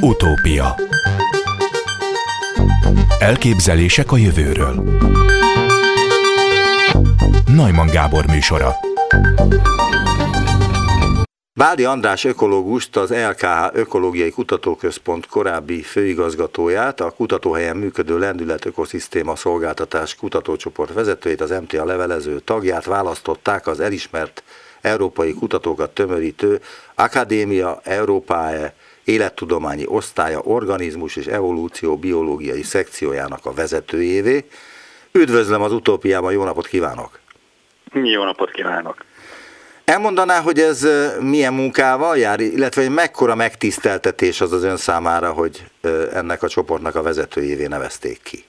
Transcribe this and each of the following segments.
Utópia. Elképzelések a jövőről. Neumann Gábor műsora. Báldi András ökológust, az LKH Ökológiai Kutatóközpont korábbi főigazgatóját, a kutatóhelyen működő Lendület Ökoszisztéma Szolgáltatás kutatócsoport vezetőjét, az MTA levelező tagját választották az elismert európai kutatókat tömörítő Academia Europae élettudományi osztálya organizmus és evolúció biológiai szekciójának a vezetőjévé. Üdvözlöm az Utópiában, jó napot kívánok! Jó napot kívánok! Elmondaná, hogy ez milyen munkával jár, illetve mekkora megtiszteltetés az ön számára, hogy ennek a csoportnak a vezetőjévé nevezték ki?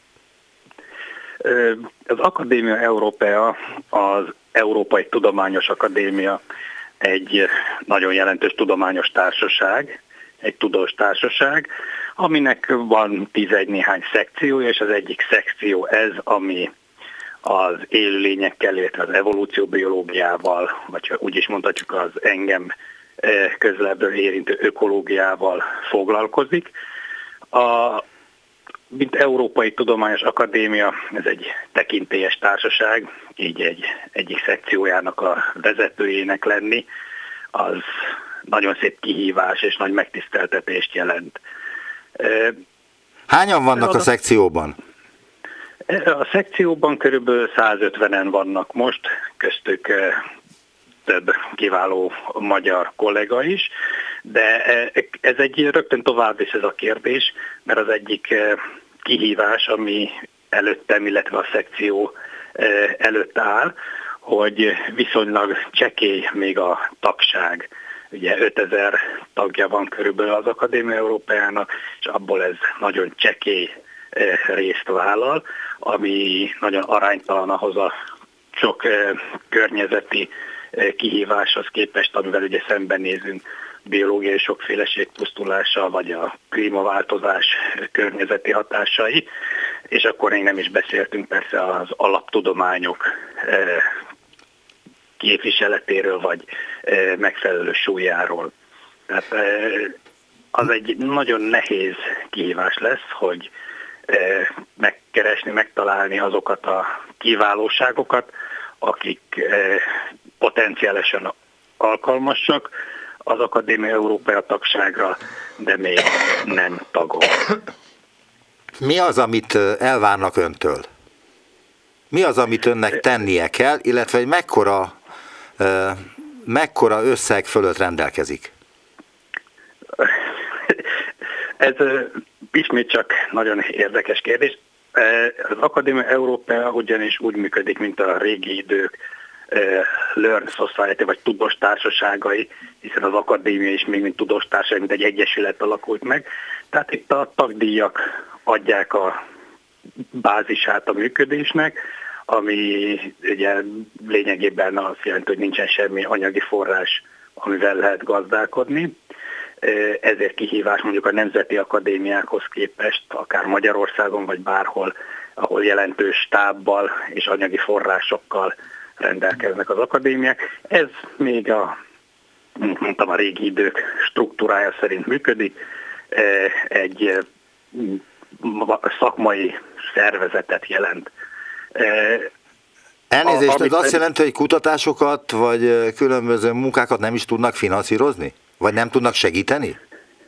Az Academia Europaea, az Európai Tudományos Akadémia egy nagyon jelentős tudományos társaság, egy tudós társaság, aminek van 11 néhány szekciója, és az egyik szekció ez, ami az élőlényekkel, illetve az evolúcióbiológiával, vagy úgy is mondhatjuk az engem közelebbről érintő ökológiával foglalkozik. Mint Európai Tudományos Akadémia, ez egy tekintélyes társaság, így egyik szekciójának a vezetőjének lenni, az nagyon szép kihívás és nagy megtiszteltetést jelent. Hányan vannak a szekcióban? A szekcióban körülbelül 150-en vannak most, köztük több kiváló magyar kollega is, de ez egy rögtön tovább visz ez a kérdés, mert az egyik kihívás, ami előttem, illetve a szekció előtt áll, hogy viszonylag csekély még a tagság. Ugye 5000 tagja van körülbelül az Academia Europaeának, és abból ez nagyon csekély részt vállal, ami nagyon aránytalan ahhoz a sok környezeti kihíváshoz képest, amivel ugye szembenézünk, biológiai sokféleség pusztulása, vagy a klímaváltozás környezeti hatásai, és akkor még nem is beszéltünk persze az alaptudományok képviseletéről, vagy megfelelő súlyáról. Tehát az egy nagyon nehéz kihívás lesz, hogy megkeresni, megtalálni azokat a kiválóságokat, akik potenciálisan alkalmasak az Academia Europaea tagságra, de még nem tagok. Mi az, amit elvárnak öntől? Mi az, amit önnek tennie kell, illetve hogy mekkora összeg fölött rendelkezik? Ez ismét csak nagyon érdekes kérdés. Az Academia Europaea ugyanis úgy működik, mint a régi idők Learned Society, vagy tudós társaságai, hiszen az akadémia is még mint tudós társaság, mint egy egyesület alakult meg. Tehát itt a tagdíjak adják a bázisát a működésnek, ami ugye lényegében azt jelenti, hogy nincsen semmi anyagi forrás, amivel lehet gazdálkodni. Ezért kihívás mondjuk a nemzeti akadémiákhoz képest, akár Magyarországon vagy bárhol, ahol jelentős stábbal és anyagi forrásokkal rendelkeznek az akadémiák. Ez még mondtam, a régi idők struktúrája szerint működik, egy szakmai szervezetet jelent. Elnézést, ez azt jelenti, hogy kutatásokat vagy különböző munkákat nem is tudnak finanszírozni? Vagy nem tudnak segíteni?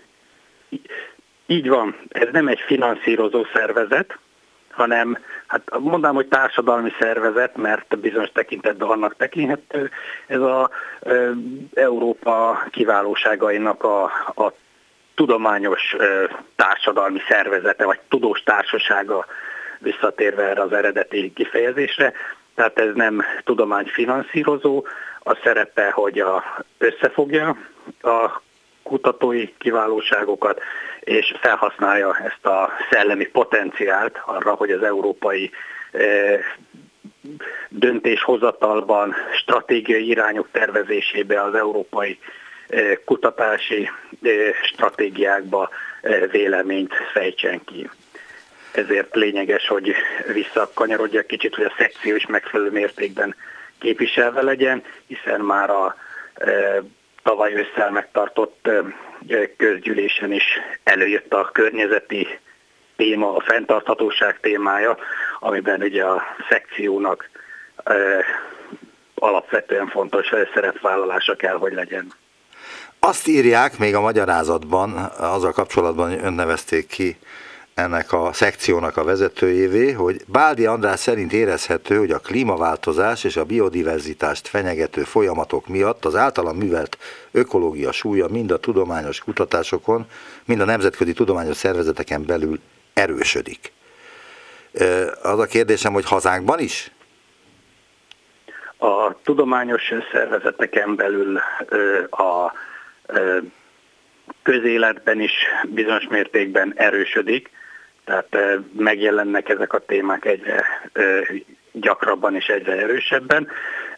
Így van. Ez nem egy finanszírozó szervezet, hanem, hát mondanám, hogy társadalmi szervezet, mert bizonyos tekintetben annak tekinthető. Ez az Európa kiválóságainak a tudományos társadalmi szervezete, vagy tudós társasága, visszatérve erre az eredeti kifejezésre. Tehát ez nem tudományfinanszírozó, a szerepe, hogy összefogja a kutatói kiválóságokat, és felhasználja ezt a szellemi potenciált arra, hogy az európai döntéshozatalban, stratégiai irányok tervezésébe, az európai kutatási stratégiákba véleményt fejtsen ki. Ezért lényeges, hogy visszakanyarodja kicsit, hogy a szekció is megfelelő mértékben képviselve legyen, hiszen már a tavaly ősszel megtartott közgyűlésen is előjött a környezeti téma, a fenntarthatóság témája, amiben ugye a szekciónak alapvetően fontos szerepvállalása kell, hogy legyen. Azt írják még a magyarázatban, azzal kapcsolatban önnevezték ki ennek a szekciónak a vezetőjévé, hogy Báldi András szerint érezhető, hogy a klímaváltozás és a biodiverzitást fenyegető folyamatok miatt az általam művelt ökológia súlya mind a tudományos kutatásokon, mind a nemzetközi tudományos szervezeteken belül erősödik. Az a kérdésem, hogy hazánkban is? A tudományos szervezeteken belül a közéletben is bizonyos mértékben erősödik, tehát megjelennek ezek a témák egyre gyakrabban és egyre erősebben.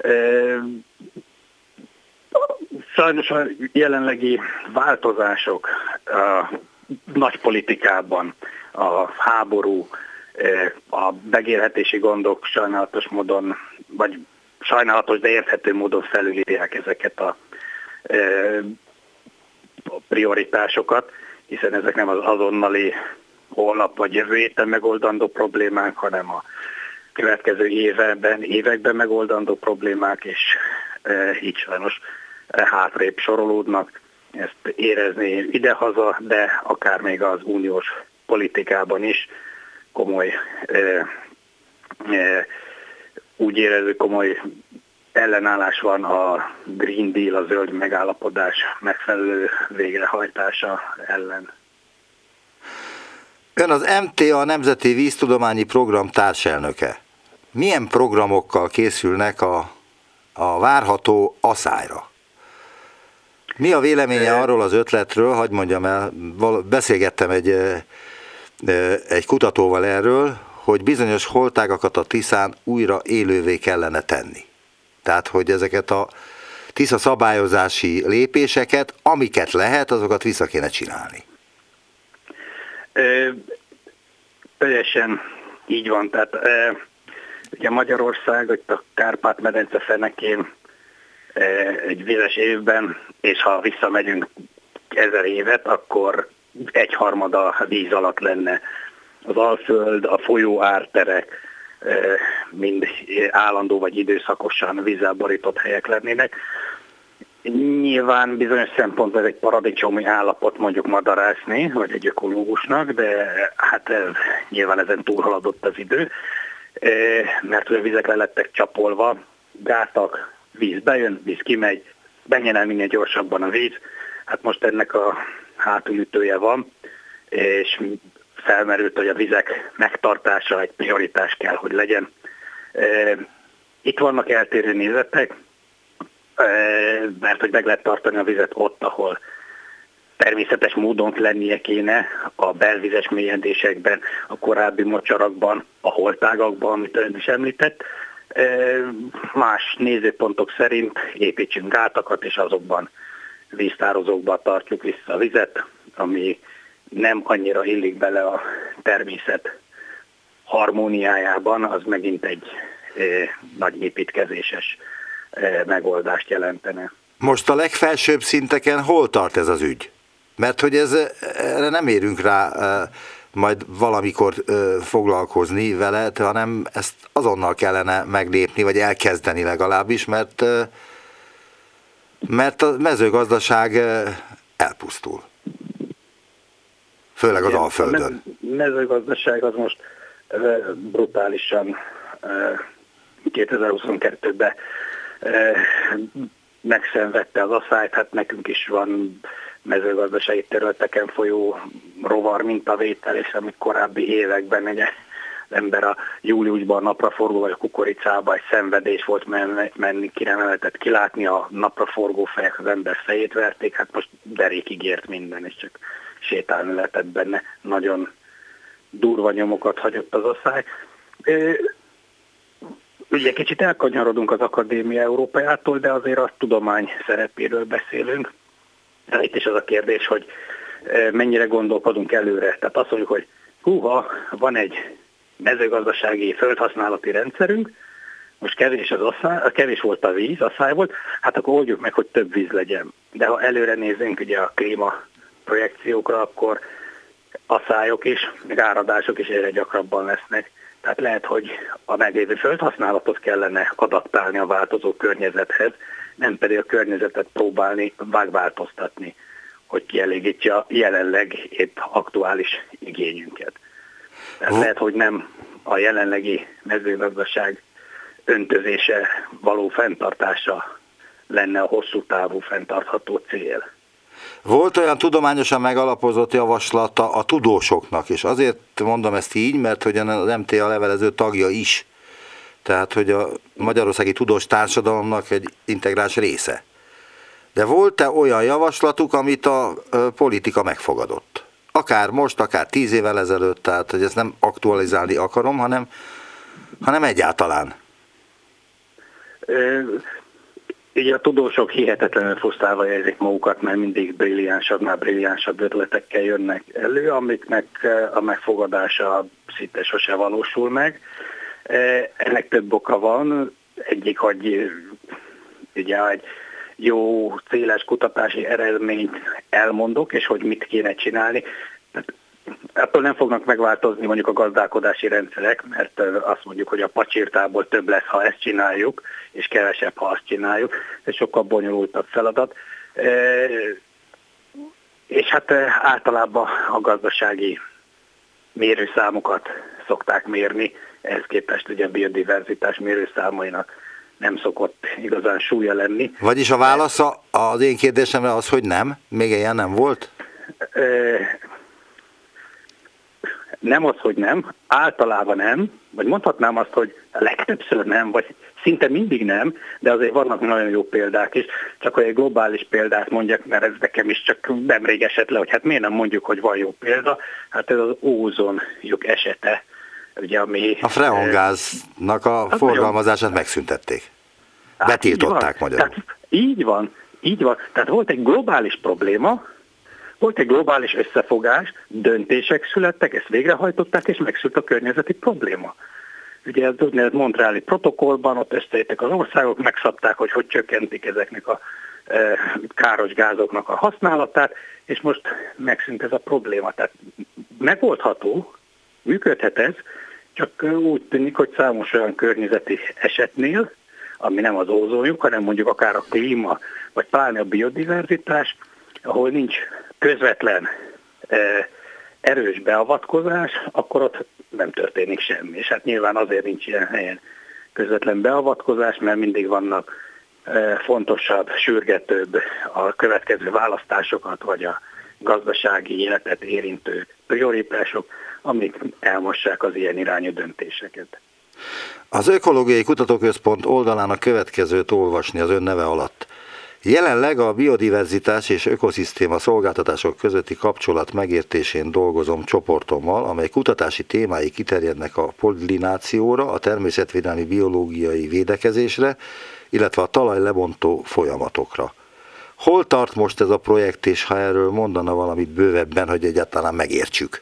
Sajnos a jelenlegi változások a nagy politikában, a háború, a megélhetési gondok sajnálatos módon, vagy sajnálatos, de érthető módon felülírják ezeket a prioritásokat, hiszen ezek nem az azonnali holnap vagy jövő héten megoldandó problémák, hanem a következő években megoldandó problémák, és így sajnos hátrébb sorolódnak. Ezt érezni idehaza, de akár még az uniós politikában is komoly, úgy érezzük, komoly ellenállás van a Green Deal, a zöld megállapodás megfelelő végrehajtása ellen. Ön az MTA Nemzeti Víztudományi Program társelnöke. Milyen programokkal készülnek a várható aszályra? Mi a véleménye arról az ötletről, hadd mondjam el, beszélgettem egy kutatóval erről, hogy bizonyos holtágakat a Tiszán újra élővé kellene tenni. Tehát, hogy ezeket a Tisza szabályozási lépéseket, amiket lehet, azokat vissza kéne csinálni. Teljesen így van. Tehát ugye Magyarország, itt a Kárpát-medence fenekén egy vizes évben, és ha visszamegyünk 1000 évet, akkor 1/3 víz alatt lenne. Az Alföld, a folyó árterek mind állandó vagy időszakosan vízzel borított helyek lennének. Nyilván bizonyos szempontból ez egy paradicsomi állapot mondjuk madarászni, vagy egy ökológusnak, de hát nyilván ezen túlhaladott az idő, mert a vizek le lettek csapolva, gátak, víz bejön, víz kimegy, menjen el minél gyorsabban a víz. Hát most ennek a hátulütője van, és felmerült, hogy a vizek megtartása egy prioritás kell, hogy legyen. Itt vannak eltérő nézetek, mert hogy meg lehet tartani a vizet ott, ahol természetes módon lennie kéne, a belvizes mélyedésekben, a korábbi mocsarakban, a holtágakban, amit ön is említett. Más nézőpontok szerint építsünk gátakat, és azokban víztározókban tartjuk vissza a vizet, ami nem annyira illik bele a természet harmóniájában, az megint egy nagy építkezéses megoldást jelentene. Most a legfelsőbb szinteken hol tart ez az ügy? Mert hogy erre nem érünk rá majd valamikor foglalkozni vele, hanem ezt azonnal kellene meglépni, vagy elkezdeni legalábbis, mert a mezőgazdaság elpusztul. Főleg az Alföldön. A mezőgazdaság az most brutálisan 2022-ben megszenvedte az aszályt, hát nekünk is van mezőgazdasági területeken folyó rovar mintavétel, és amit korábbi években ugye, az ember a júliusban napraforgó vagy a kukoricába egy szenvedés volt menni, ki nem lehetett kilátni, a napraforgó fejek az ember fejét verték, hát most derékig ért minden, és csak sétálni lehetett benne. Nagyon durva nyomokat hagyott az aszály. Ugye kicsit elkanyarodunk az akadémia Európájától, de azért a tudomány szerepéről beszélünk. De itt is az a kérdés, hogy mennyire gondolkodunk előre. Tehát azt mondjuk, hogy van egy mezőgazdasági földhasználati rendszerünk, most kevés volt a víz, asszály volt, hát akkor oldjuk meg, hogy több víz legyen. De ha előre nézünk ugye a klíma projekciókra, akkor asszályok is, meg áradások is egyre gyakrabban lesznek. Tehát lehet, hogy a meglévő földhasználatot kellene adaptálni a változó környezethez, nem pedig a környezetet próbálni megváltoztatni, hogy kielégítse a jelenleg épp aktuális igényünket. Tehát lehet, hogy nem a jelenlegi mezőgazdaság öntözése való fenntartása lenne a hosszú távú fenntartható cél. Volt olyan tudományosan megalapozott javaslata a tudósoknak, és azért mondom ezt így, mert hogy az MTA levelező tagja is, tehát hogy a magyarországi tudós társadalomnak egy integráns része. De volt-e olyan javaslatuk, amit a politika megfogadott? Akár most, akár 10 évvel ezelőtt, tehát hogy ezt nem aktualizálni akarom, hanem egyáltalán. Így a tudósok hihetetlenül frusztrálva érzik magukat, mert mindig brilliánsabb ötletekkel jönnek elő, amiknek a megfogadása szinte sose valósul meg. Ennek több oka van. Egyik, hogy ugye egy jó széles kutatási eredményt elmondok, és hogy mit kéne csinálni. Tehát ettől nem fognak megváltozni mondjuk a gazdálkodási rendszerek, mert azt mondjuk, hogy a pacsirtából több lesz, ha ezt csináljuk, és kevesebb, ha azt csináljuk. Ez sokkal bonyolultabb feladat. És hát általában a gazdasági mérőszámokat szokták mérni, ehhez képest ugye a biodiverzitás mérőszámainak nem szokott igazán súlya lenni. Vagyis a válasza az én kérdésemre az, hogy nem? Még ilyen nem volt? Nem az, hogy nem, általában nem, vagy mondhatnám azt, hogy legtöbbször nem, vagy szinte mindig nem, de azért vannak nagyon jó példák is. Csak hogy egy globális példát mondjak, mert ez nekem is csak nemrég esett le, hogy hát miért nem mondjuk, hogy van jó példa. Hát ez az ózonlyuk esete. Ugye, ami, a freongáznak a forgalmazását megszüntették. Betiltották magyarul. Így van. Tehát volt egy globális probléma, volt egy globális összefogás, döntések születtek, ezt végrehajtották, és megszűnt a környezeti probléma. Ugye az úgynevezett Montreali protokollban ott összejöttek az országok, megszabták, hogy csökkentik ezeknek a káros gázoknak a használatát, és most megszűnt ez a probléma. Tehát megoldható, működhet ez, csak úgy tűnik, hogy számos olyan környezeti esetnél, ami nem az ózonjuk, hanem mondjuk akár a klíma, vagy pláne a biodiverzitás, ahol nincs közvetlen erős beavatkozás, akkor ott nem történik semmi. És hát nyilván azért nincs ilyen helyen közvetlen beavatkozás, mert mindig vannak fontosabb, sürgetőbb a következő választásokat, vagy a gazdasági életet érintő prioritások, amik elmossák az ilyen irányú döntéseket. Az Ökológiai Kutatóközpont oldalán a következőt olvasni az ön neve alatt. Jelenleg a biodiverzitás és ökoszisztéma szolgáltatások közötti kapcsolat megértésén dolgozom csoportommal, amely kutatási témái kiterjednek a pollinációra, a természetvédelmi biológiai védekezésre, illetve a talajlebontó folyamatokra. Hol tart most ez a projekt, és ha erről mondana valamit bővebben, hogy egyáltalán megértsük?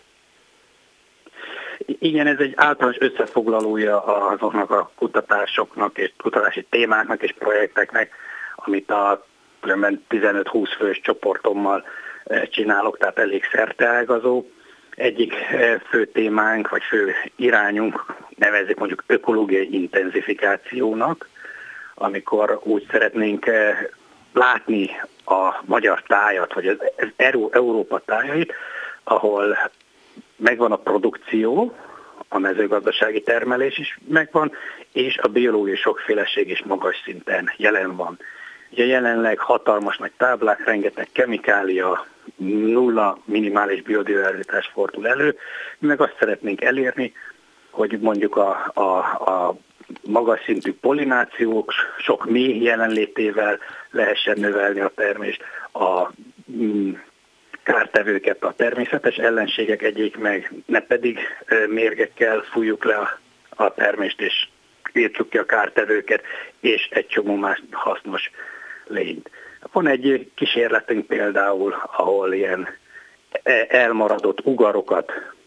Igen, ez egy általános összefoglalója azoknak a kutatásoknak és kutatási témáknak és projekteknek, amit a 15-20 fős csoportommal csinálok, tehát elég szerteágazó. Egyik fő témánk, vagy fő irányunk nevezzük mondjuk ökológiai intenzifikációnak, amikor úgy szeretnénk látni a magyar tájat, vagy az Európa tájait, ahol megvan a produkció, a mezőgazdasági termelés is megvan, és a biológiai sokféleség is magas szinten jelen van. Ugye jelenleg hatalmas nagy táblák, rengeteg kemikália, nulla minimális biodiverzitás fordul elő. Mi meg azt szeretnénk elérni, hogy mondjuk a magas szintű pollinációk sok méh jelenlétével lehessen növelni a termést, a kártevőket a természetes ellenségek egyik meg, ne pedig mérgekkel fújjuk le a termést, és írtsuk ki a kártevőket, és egy csomó más hasznos lényt. Van egy kísérletünk például, ahol ilyen elmaradott ugarokat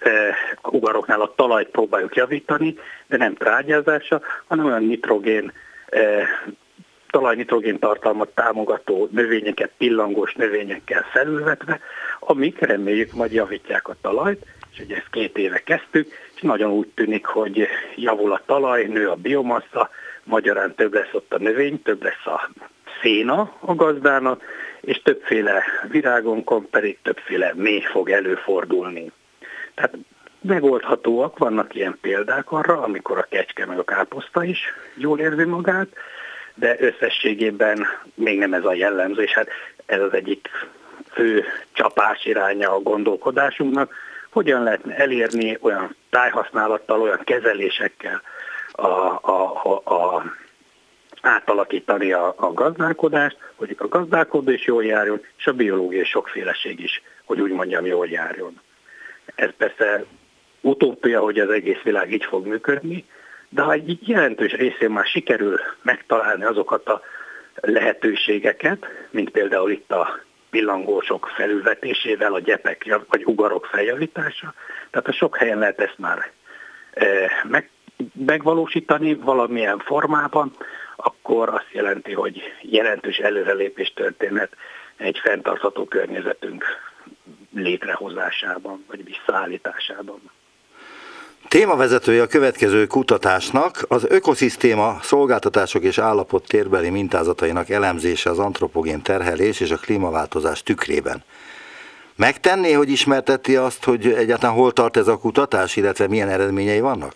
ugaroknál a talajt próbáljuk javítani, de nem trágyázása, hanem olyan talajnitrogén tartalmat támogató növényeket, pillangós növényekkel felülvetve, amik reméljük majd javítják a talajt, és ugye ezt 2 éve kezdtük, és nagyon úgy tűnik, hogy javul a talaj, nő a biomassa, magyarán több lesz ott a növény, több lesz a széna a gazdának, és többféle virágonkon pedig többféle méh fog előfordulni. Tehát megoldhatóak, vannak ilyen példák arra, amikor a kecske meg a káposzta is jól érzi magát, de összességében még nem ez a jellemző, és hát ez az egyik fő csapás iránya a gondolkodásunknak, hogyan lehetne elérni olyan tájhasználattal, olyan kezelésekkel átalakítani a gazdálkodást, hogy a gazdálkodó is jól járjon, és a biológiai sokféleség is, hogy úgy mondjam, jól járjon. Ez persze utópia, hogy az egész világ így fog működni, de ha egy jelentős részén már sikerül megtalálni azokat a lehetőségeket, mint például itt a pillangósok felülvetésével, a gyepek vagy ugarok feljavítása, tehát a sok helyen lehet ezt már megvalósítani valamilyen formában, akkor azt jelenti, hogy jelentős előrelépés történhet egy fenntartható környezetünk létrehozásában, vagy visszaállításában. Témavezetője a következő kutatásnak az ökoszisztéma szolgáltatások és állapot térbeli mintázatainak elemzése az antropogén terhelés és a klímaváltozás tükrében. Megtenné, hogy ismerteti azt, hogy egyáltalán hol tart ez a kutatás, illetve milyen eredményei vannak?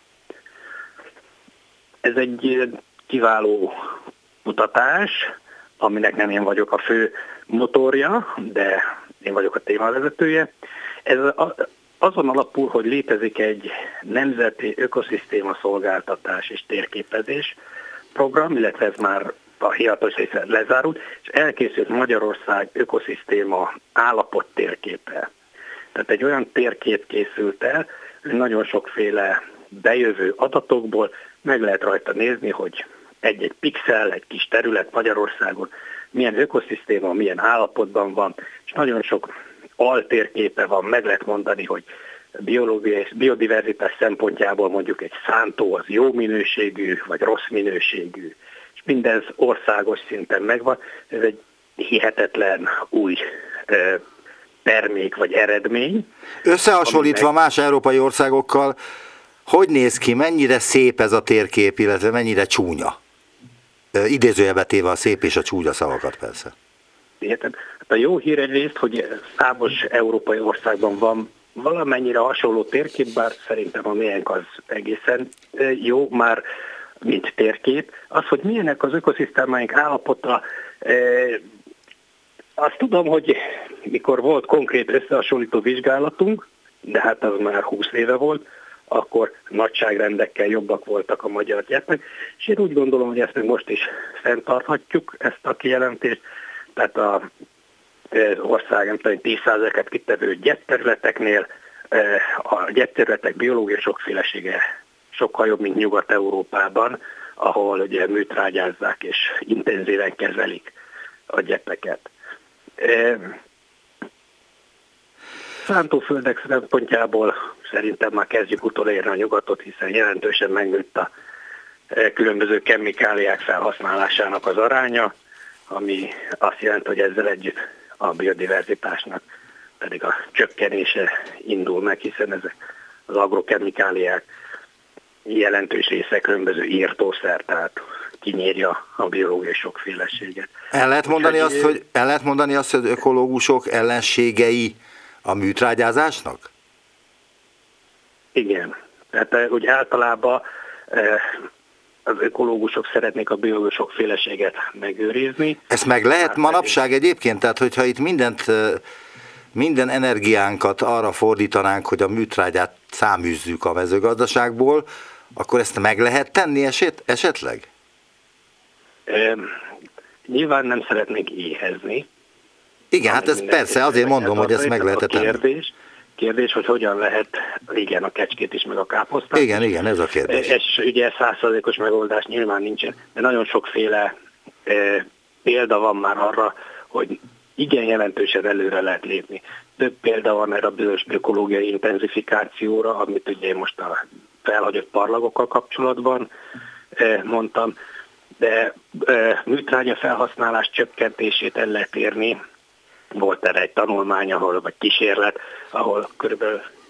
Ez egy kiváló kutatás, aminek nem én vagyok a fő motorja, de én vagyok a témavezetője. Ez azon alapul, hogy létezik egy nemzeti ökoszisztéma szolgáltatás és térképezés program, illetve ez már a hivatalos része lezárult, és elkészült Magyarország ökoszisztéma állapot térképe. Tehát egy olyan térkép készült el, hogy nagyon sokféle bejövő adatokból meg lehet rajta nézni, hogy egy-egy pixel, egy kis terület Magyarországon milyen ökoszisztéma, milyen állapotban van, és nagyon sok altérképe van, meg lehet mondani, hogy biológiai és biodiverzitás szempontjából mondjuk egy szántó az jó minőségű, vagy rossz minőségű, és mindez országos szinten megvan. Ez egy hihetetlen új termék vagy eredmény. Összehasonlítva más európai országokkal, hogy néz ki, mennyire szép ez a térkép, illetve mennyire csúnya? Idézőjelbe téve a szép és a csúnya szavakat persze. Érted? Hát a jó hír egyrészt, hogy számos európai országban van valamennyire hasonló térkép, bár szerintem a miénk az egészen jó, már mint térkép. Az, hogy milyenek az ökoszisztémáink állapota, azt tudom, hogy mikor volt konkrét összehasonlító vizsgálatunk, de hát az már 20 éve volt, akkor nagyságrendekkel jobbak voltak a magyar gyepek, és én úgy gondolom, hogy ezt még most is fenntarthatjuk, ezt a kijelentést, tehát az ország nem tudom, 10%-et kitevő gyepterületeknél a gyepterületek biológiai sokfélesége sokkal jobb, mint Nyugat-Európában, ahol ugye műtrágyázzák és intenzíven kezelik a gyepeket. Szántóföldek szempontjából szerintem már kezdjük utolérni a nyugatot, hiszen jelentősen megnőtt a különböző kemikáliák felhasználásának az aránya, ami azt jelenti, hogy ezzel együtt a biodiverzitásnak pedig a csökkenése indul meg, hiszen ezek az agrokemikáliák jelentős része különböző írtószer, tehát kinyírja a biológiai sokféleséget. El lehet mondani azt, hogy ökológusok ellenségei a műtrágyázásnak? Igen. Tehát úgy általában az ökológusok szeretnék a biológiai sokféleséget megőrizni. Ezt meg lehet manapság egyébként? Tehát, hogyha itt minden energiánkat arra fordítanánk, hogy a műtrágyát száműzzük a mezőgazdaságból, akkor ezt meg lehet tenni esetleg? Nyilván nem szeretnék éhezni. Igen, hát ez persze, azért mondom, hogy ezt meg lehet tenni. Kérdés, hogy hogyan lehet, igen, a kecskét is, meg a káposztát. Igen, ez a kérdés. És ugye 100%-os megoldás nyilván nincsen, de nagyon sokféle példa van már arra, hogy igen jelentősen előre lehet lépni. Több példa van erre a bizonyos ökológiai intenzifikációra, amit ugye most a felhagyott parlagokkal kapcsolatban mondtam, de műtrágya felhasználás csökkentését el lehet érni. Volt erre egy tanulmány, vagy kísérlet, ahol kb.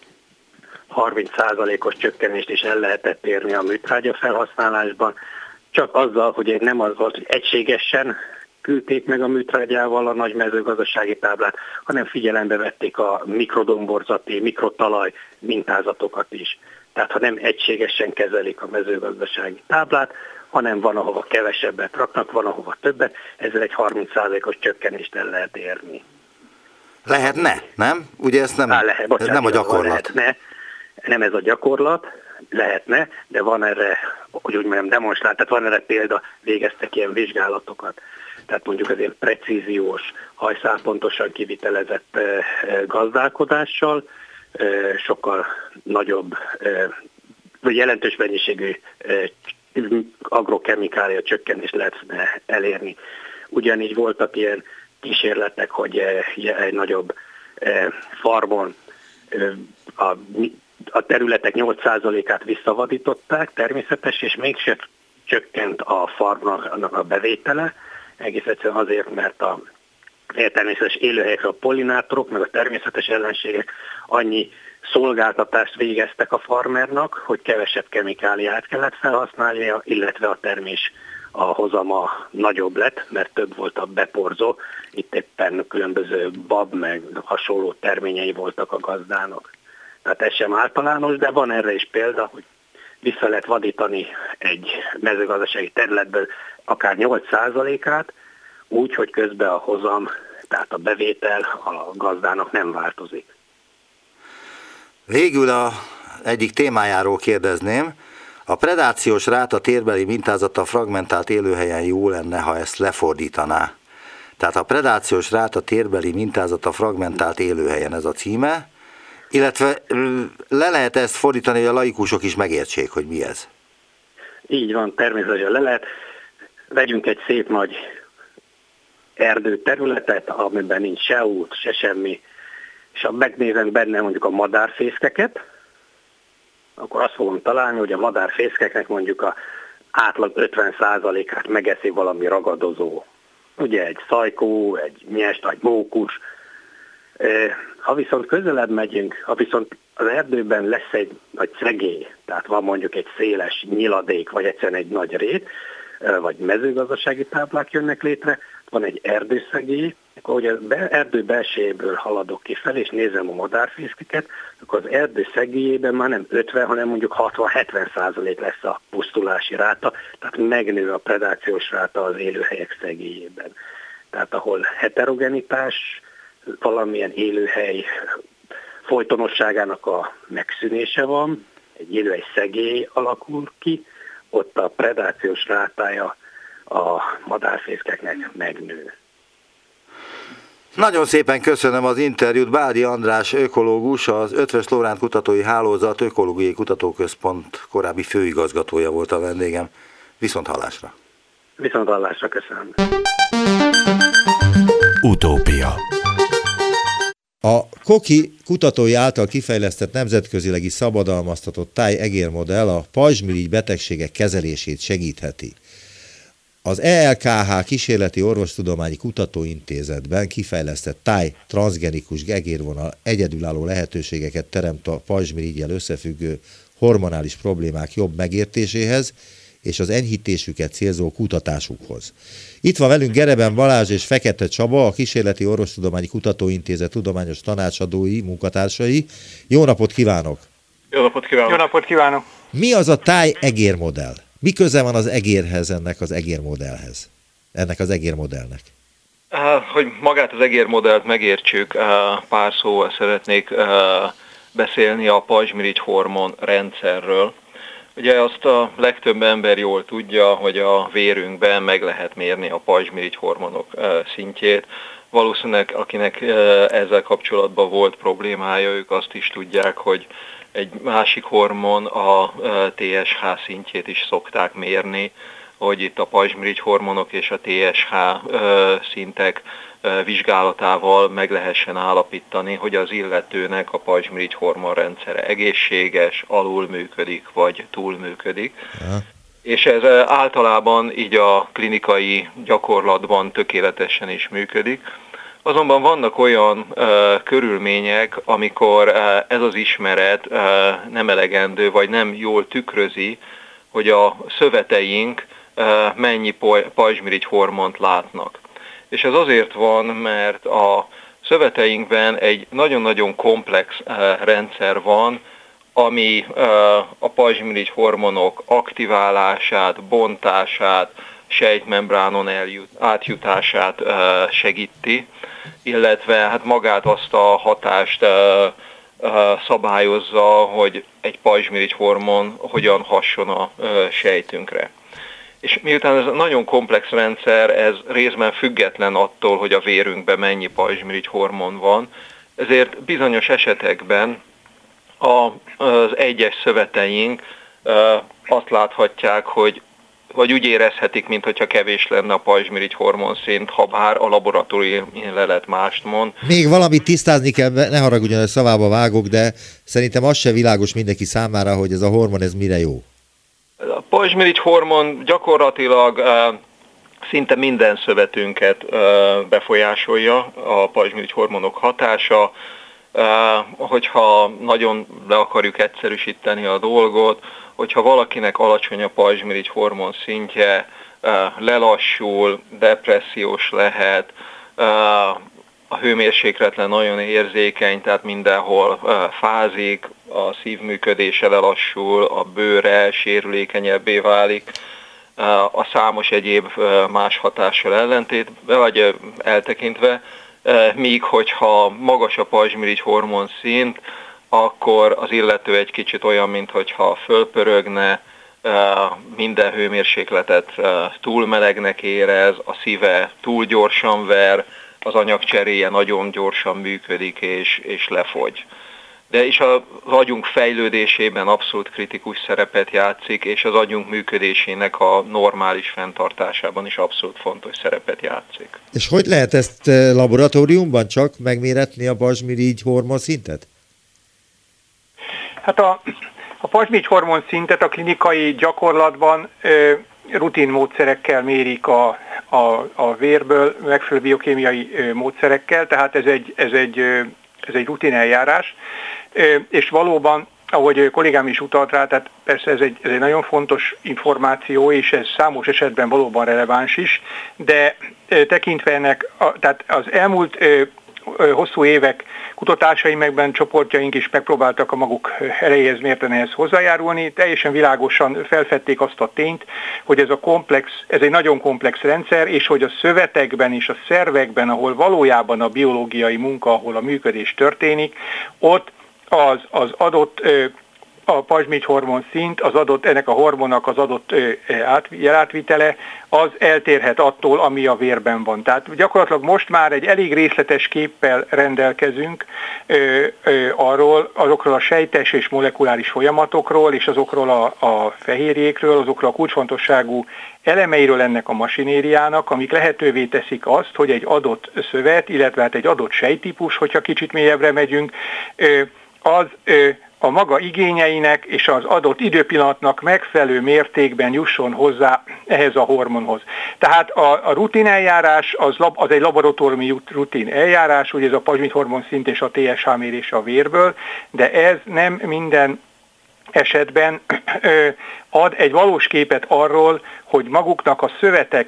30%-os csökkenést is el lehetett érni a műtrágya felhasználásban, csak azzal, hogy nem az volt, hogy egységesen küldték meg a műtrágyával a nagy mezőgazdasági táblát, hanem figyelembe vették a mikrodomborzati, mikrotalaj mintázatokat is. Tehát ha nem egységesen kezelik a mezőgazdasági táblát, hanem van, ahova kevesebbet raknak, van, ahova többet, ezzel egy 30%-os csökkenést el lehet érni. Lehetne, nem? Ugye ez nem, ez nem a gyakorlat. Lehetne, nem ez a gyakorlat, lehetne, de van erre, hogy úgy mondjam, demonstrált, tehát van erre példa, végeztek ilyen vizsgálatokat. Tehát mondjuk az ilyen precíziós, hajszálpontosan kivitelezett gazdálkodással sokkal nagyobb, vagy jelentős mennyiségű agrokemikália csökkenést lehetne elérni. Ugyanígy voltak ilyen kísérletek, hogy egy nagyobb farmon a területek 8%-át visszavadították természetes, és mégsem csökkent a farmnak a bevétele, egész egyszerűen azért, mert a természetes élőhelyekre a pollinátorok, meg a természetes ellenségek annyi szolgáltatást végeztek a farmernak, hogy kevesebb kemikáliát kellett felhasználnia, illetve a termés a hozama nagyobb lett, mert több volt a beporzó, itt éppen különböző bab, meg hasonló terményei voltak a gazdának. Tehát ez sem általános, de van erre is példa, hogy vissza lehet vadítani egy mezőgazdasági területből akár 8%-át, úgy, hogy közben a hozam, tehát a bevétel a gazdának nem változik. Végül egyik témájáról kérdezném. A predációs ráta térbeli mintázata fragmentált élőhelyen jó lenne, ha ezt lefordítaná. Tehát a predációs ráta térbeli mintázata fragmentált élőhelyen, ez a címe, illetve le lehet ezt fordítani, hogy a laikusok is megértsék, hogy mi ez. Így van, természetesen le lehet. Vegyünk egy szép nagy erdőterületet, amiben nincs se út, se semmi, és ha megnézem benne mondjuk a madárfészkeket, akkor azt fogom találni, hogy a madárfészkeknek mondjuk a átlag 50%-át megeszi valami ragadozó. Ugye egy szajkó, egy nyest, egy mókus. Ha viszont közelebb megyünk, ha viszont az erdőben lesz egy nagy szegély, tehát van mondjuk egy széles nyiladék, vagy egyszerűen egy nagy rét, vagy mezőgazdasági táblák jönnek létre, van egy erdőszegély, akkor hogy az erdő belsejéből haladok kifelé, és nézem a madárfészkeket, akkor az erdő szegélyében már nem 50, hanem mondjuk 60-70% lesz a pusztulási ráta, tehát megnő a predációs ráta az élőhelyek szegélyében. Tehát ahol heterogenitás, valamilyen élőhely folytonosságának a megszűnése van, egy élőhely szegély alakul ki, ott a predációs rátája a madárfészkeknek megnő. Nagyon szépen köszönöm az interjút. Bádi András ökológus, az Eötvös Loránd Kutatói Hálózat Ökológiai Kutatóközpont korábbi főigazgatója volt a vendégem. Viszont hallásra. Viszont hallásra, köszönöm. Utópia. A Koki kutatói által kifejlesztett nemzetközileg is szabadalmaztatott táj-egérmodell a pajzsmirigy betegségek kezelését segítheti. Az ELKH Kísérleti Orvostudományi Kutatóintézetben kifejlesztett táj-transzgenikus egérvonal egyedülálló lehetőségeket teremt a pajzsmiriggyel összefüggő hormonális problémák jobb megértéséhez és az enyhítésüket célzó kutatásukhoz. Itt van velünk Gereben Balázs és Fekete Csaba, a Kísérleti Orvostudományi Kutatóintézet tudományos tanácsadói, munkatársai. Jó napot kívánok! Jó napot kívánok! Jó napot kívánok! Mi az a táj-egérmodell? Mi köze van az egérhez, ennek az egérmodellhez? Ennek az egérmodellnek? Hogy magát az egérmodellt megértsük, pár szóval szeretnék beszélni a pajzsmirigy hormon rendszerről. Ugye azt a legtöbb ember jól tudja, hogy a vérünkben meg lehet mérni a pajzsmirigy hormonok szintjét. Valószínűleg akinek ezzel kapcsolatban volt problémája, ők azt is tudják, hogy egy másik hormon, a TSH szintjét is szokták mérni, hogy itt a pajzsmirigy hormonok és a TSH szintek vizsgálatával meg lehessen állapítani, hogy az illetőnek a pajzsmirigy hormonrendszere egészséges, alul működik, vagy túl működik. És ez általában így a klinikai gyakorlatban tökéletesen is működik. Azonban vannak olyan körülmények, amikor ez az ismeret nem elegendő, vagy nem jól tükrözi, hogy a szöveteink mennyi pajzsmirigy hormont látnak. És ez azért van, mert a szöveteinkben egy nagyon-nagyon komplex rendszer van, ami a pajzsmirigy hormonok aktiválását, bontását, sejtmembránon átjutását segíti, illetve hát magát azt a hatást szabályozza, hogy egy pajzsmirigy hormon hogyan hasson a sejtünkre. És miután ez nagyon komplex rendszer, ez részben független attól, hogy a vérünkben mennyi pajzsmirigy hormon van, ezért bizonyos esetekben az egyes szöveteink azt láthatják, hogy vagy úgy érezhetik, mintha kevés lenne a pajzsmirigy hormonszint, ha bár a laboratóriumi lelet mást mond. Még valamit tisztázni kell, ne haragudjon, hogy szavába vágok, de szerintem az se világos mindenki számára, hogy ez a hormon, ez mire jó. A pajzsmirigy hormon gyakorlatilag szinte minden szövetünket befolyásolja, a pajzsmirigy hormonok hatása. Hogyha nagyon le akarjuk egyszerűsíteni a dolgot, hogyha valakinek alacsony a pajzsmirigy hormon szintje, lelassul, depressziós lehet, a hőmérsékletre nagyon érzékeny, tehát mindenhol fázik, a szívműködése lelassul, a bőre sérülékenyebbé válik, a számos egyéb más hatással vagy eltekintve, míg hogyha magas a pajzsmirigy hormon szint, akkor az illető egy kicsit olyan, mintha fölpörögne, minden hőmérsékletet túl melegnek érez, a szíve túl gyorsan ver, az anyagcseréje nagyon gyorsan működik és lefogy. De is az agyunk fejlődésében abszolút kritikus szerepet játszik, és az agyunk működésének a normális fenntartásában is abszolút fontos szerepet játszik. És hogy lehet ezt laboratóriumban csak megméretni a pajzsmirigy hormon szintet? Hát a pajzsmirigy hormon szintet a klinikai gyakorlatban rutin módszerekkel mérik a vérből, megfelelő biokémiai módszerekkel, tehát ez egy rutin eljárás, és valóban, ahogy kollégám is utalt rá, tehát persze ez egy nagyon fontos információ, és ez számos esetben valóban releváns is, de tekintve ennek, tehát az elmúlt hosszú évek kutatásaimban csoportjaink is megpróbáltak a maguk erejéhez mérten ehhez hozzájárulni, teljesen világosan felfedték azt a tényt, hogy ez egy nagyon komplex rendszer, és hogy a szövetekben és a szervekben, ahol valójában a biológiai munka, ahol a működés történik, ott az adott a pajzsmirigy hormon szint, ennek a hormonnak az adott jelátvitele, az eltérhet attól, ami a vérben van. Tehát gyakorlatilag most már egy elég részletes képpel rendelkezünk azokról a sejtes és molekuláris folyamatokról, és azokról a fehérjékről, azokról a kulcsfontosságú elemeiről ennek a masinériának, amik lehetővé teszik azt, hogy egy adott szövet, illetve hát egy adott sejttípus, hogyha kicsit mélyebbre megyünk, az a maga igényeinek és az adott időpillanatnak megfelelő mértékben jusson hozzá ehhez a hormonhoz. Tehát a rutin eljárás az egy laboratóriumi rutin eljárás, ugye ez a pajzsmirigy hormon szint és a TSH mérése a vérből, de ez nem minden esetben ad egy valós képet arról, hogy maguknak a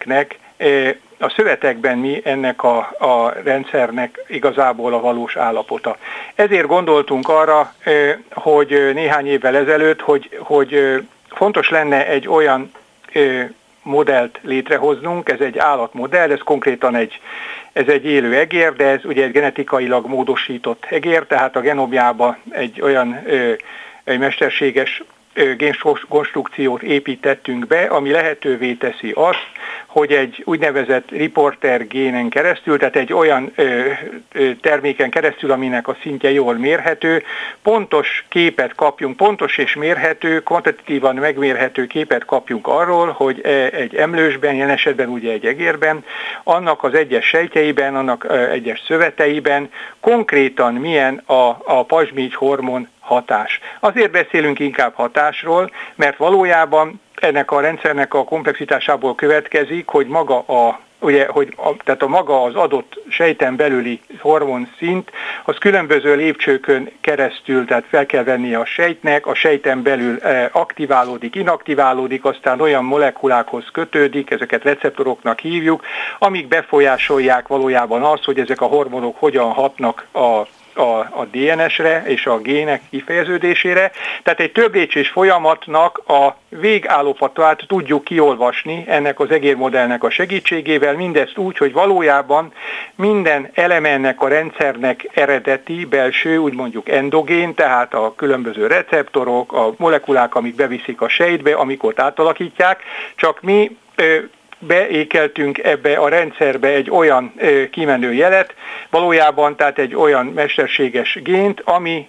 szövetekben mi ennek a rendszernek igazából a valós állapota. Ezért gondoltunk arra, hogy néhány évvel ezelőtt, hogy fontos lenne egy olyan modellt létrehoznunk, ez egy állatmodell, ez konkrétan ez egy élő egér, de ez ugye egy genetikailag módosított egér, tehát a genomjába egy olyan egy mesterséges génkonstrukciót építettünk be, ami lehetővé teszi azt, hogy egy úgynevezett reporter génen keresztül, tehát egy olyan terméken keresztül, aminek a szintje jól mérhető, pontos képet kapjunk, pontos és mérhető, kvantitatívan megmérhető képet kapjunk arról, hogy egy emlősben, jelen esetben ugye egy egérben, annak az egyes sejtjeiben, annak egyes szöveteiben konkrétan milyen a pajzsmirigy hormon hatás. Azért beszélünk inkább hatásról, mert valójában ennek a rendszernek a komplexitásából következik, hogy maga tehát maga az adott sejten belüli hormonszint, az különböző lépcsőkön keresztül, tehát fel kell vennie a sejtnek, a sejten belül aktiválódik, inaktiválódik, aztán olyan molekulákhoz kötődik, ezeket receptoroknak hívjuk, amik befolyásolják valójában azt, hogy ezek a hormonok hogyan hatnak a DNS-re és a gének kifejeződésére. Tehát egy több lépcsős folyamatnak a végállapotát tudjuk kiolvasni ennek az egérmodellnek a segítségével, mindezt úgy, hogy valójában minden eleme ennek a rendszernek eredeti, belső, úgy mondjuk endogén, tehát a különböző receptorok, a molekulák, amik beviszik a sejtbe, amik ott átalakítják, csak mi beékeltünk ebbe a rendszerbe egy olyan kimenő jelet, valójában tehát egy olyan mesterséges gént,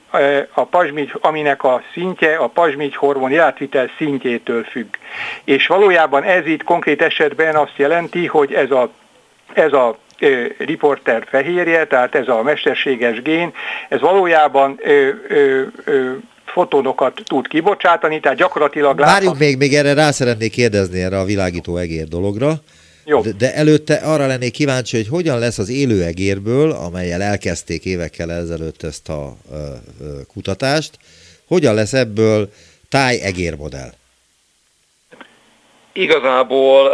aminek a szintje a pajzsmirigy hormon jelátvitel szintjétől függ. És valójában ez itt konkrét esetben azt jelenti, hogy ez a reporter fehérje, tehát ez a mesterséges gén, ez valójában fotonokat tud kibocsátani, tehát gyakorlatilag Várjunk még erre rá szeretnék kérdezni erre a világító egér dologra. Jó. De előtte arra lennék kíváncsi, hogy hogyan lesz az élő egérből, amellyel elkezdték évekkel ezelőtt ezt a kutatást, hogyan lesz ebből tájegérmodell? Igazából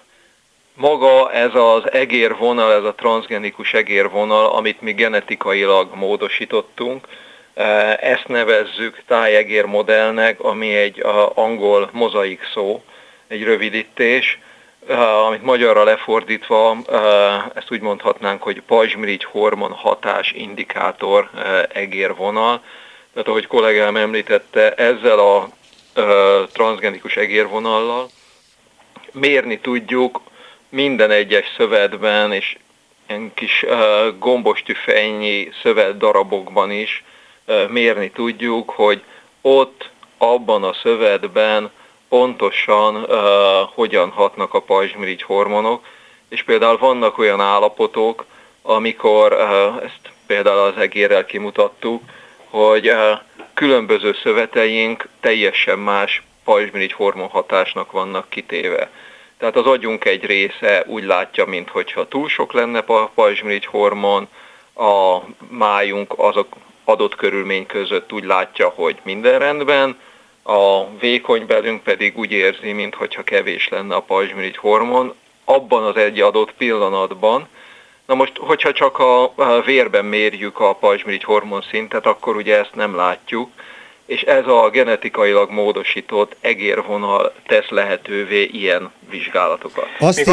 maga ez az egérvonal, ez a transzgenikus egérvonal, amit mi genetikailag módosítottunk, ezt nevezzük tájegérmodellnek, ami egy angol mozaik szó, egy rövidítés, amit magyarra lefordítva ezt úgy mondhatnánk, hogy pajzsmirigy hormon hatás indikátor egérvonal. Tehát ahogy kollégám említette, ezzel a transzgenikus egérvonallal mérni tudjuk minden egyes szövetben és ilyen kis gombostüfejnyi szövetdarabokban is mérni tudjuk, hogy ott abban a szövetben pontosan hogyan hatnak a pajzsmirigy hormonok, és például vannak olyan állapotok, amikor ezt például az egérrel kimutattuk, hogy különböző szöveteink teljesen más pajzsmirigy hormon hatásnak vannak kitéve. Tehát az agyunk egy része úgy látja, minthogyha túl sok lenne a pajzsmirigy hormon, a májunk azok adott körülmény között úgy látja, hogy minden rendben, a vékony belünk pedig úgy érzi, minthogyha kevés lenne a pajzsmirigy hormon abban az egy adott pillanatban. Na most, hogyha csak a vérben mérjük a pajzsmirigy hormon szintet, akkor ugye ezt nem látjuk, és ez a genetikailag módosított egérvonal tesz lehetővé ilyen vizsgálatokat.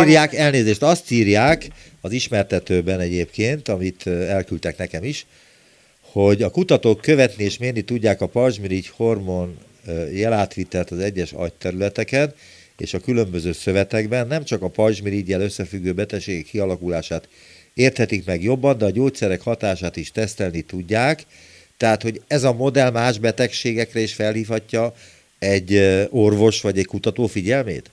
Azt írják az ismertetőben egyébként, amit elküldtek nekem is, hogy a kutatók követni és mérni tudják a pajzsmirigy hormon jelátvitelt az egyes agyterületeken és a különböző szövetekben, nem csak a pajzsmirigyel összefüggő betegségek kialakulását érthetik meg jobban, de a gyógyszerek hatását is tesztelni tudják, tehát hogy ez a modell más betegségekre is felhívhatja egy orvos vagy egy kutató figyelmét?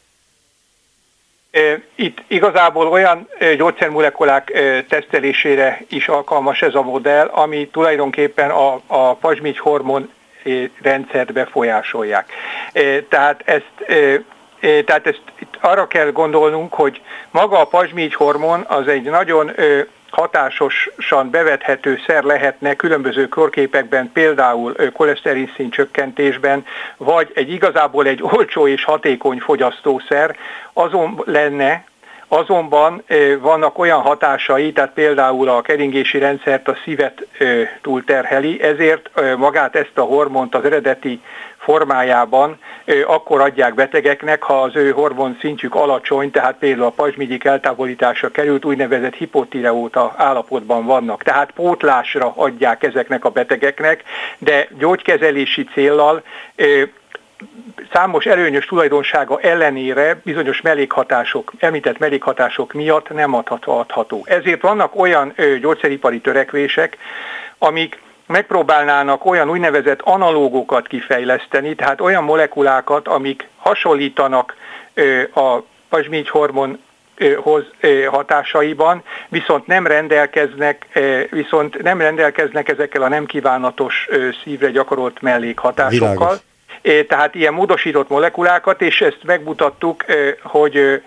Itt igazából olyan gyógyszermolekulák tesztelésére is alkalmas ez a modell, ami tulajdonképpen a pajzsmirigy hormon rendszert befolyásolják. Tehát ezt arra kell gondolnunk, hogy maga a pajzsmirigy hormon az egy nagyon hatásosan bevethető szer lehetne különböző korképekben, például koleszterin szint csökkentésben, vagy igazából egy olcsó és hatékony fogyasztószer, azonban vannak olyan hatásai, tehát például a keringési rendszert, a szívet túlterheli, ezért magát ezt a hormont az eredeti formájában akkor adják betegeknek, ha az ő hormon szintjük alacsony, tehát például a pajzsmirigyik eltávolításra került, úgynevezett hipotireóta állapotban vannak. Tehát pótlásra adják ezeknek a betegeknek, de gyógykezelési céllal számos előnyös tulajdonsága ellenére bizonyos említett mellékhatások miatt nem adható. Ezért vannak olyan gyógyszeripari törekvések, amik megpróbálnának olyan úgynevezett analógokat kifejleszteni, tehát olyan molekulákat, amik hasonlítanak a pazsmirigy-hormonhoz hatásaiban, viszont nem rendelkeznek ezekkel a nem kívánatos szívre gyakorolt mellékhatásokkal. Világos. Tehát ilyen módosított molekulákat, és ezt megmutattuk, hogy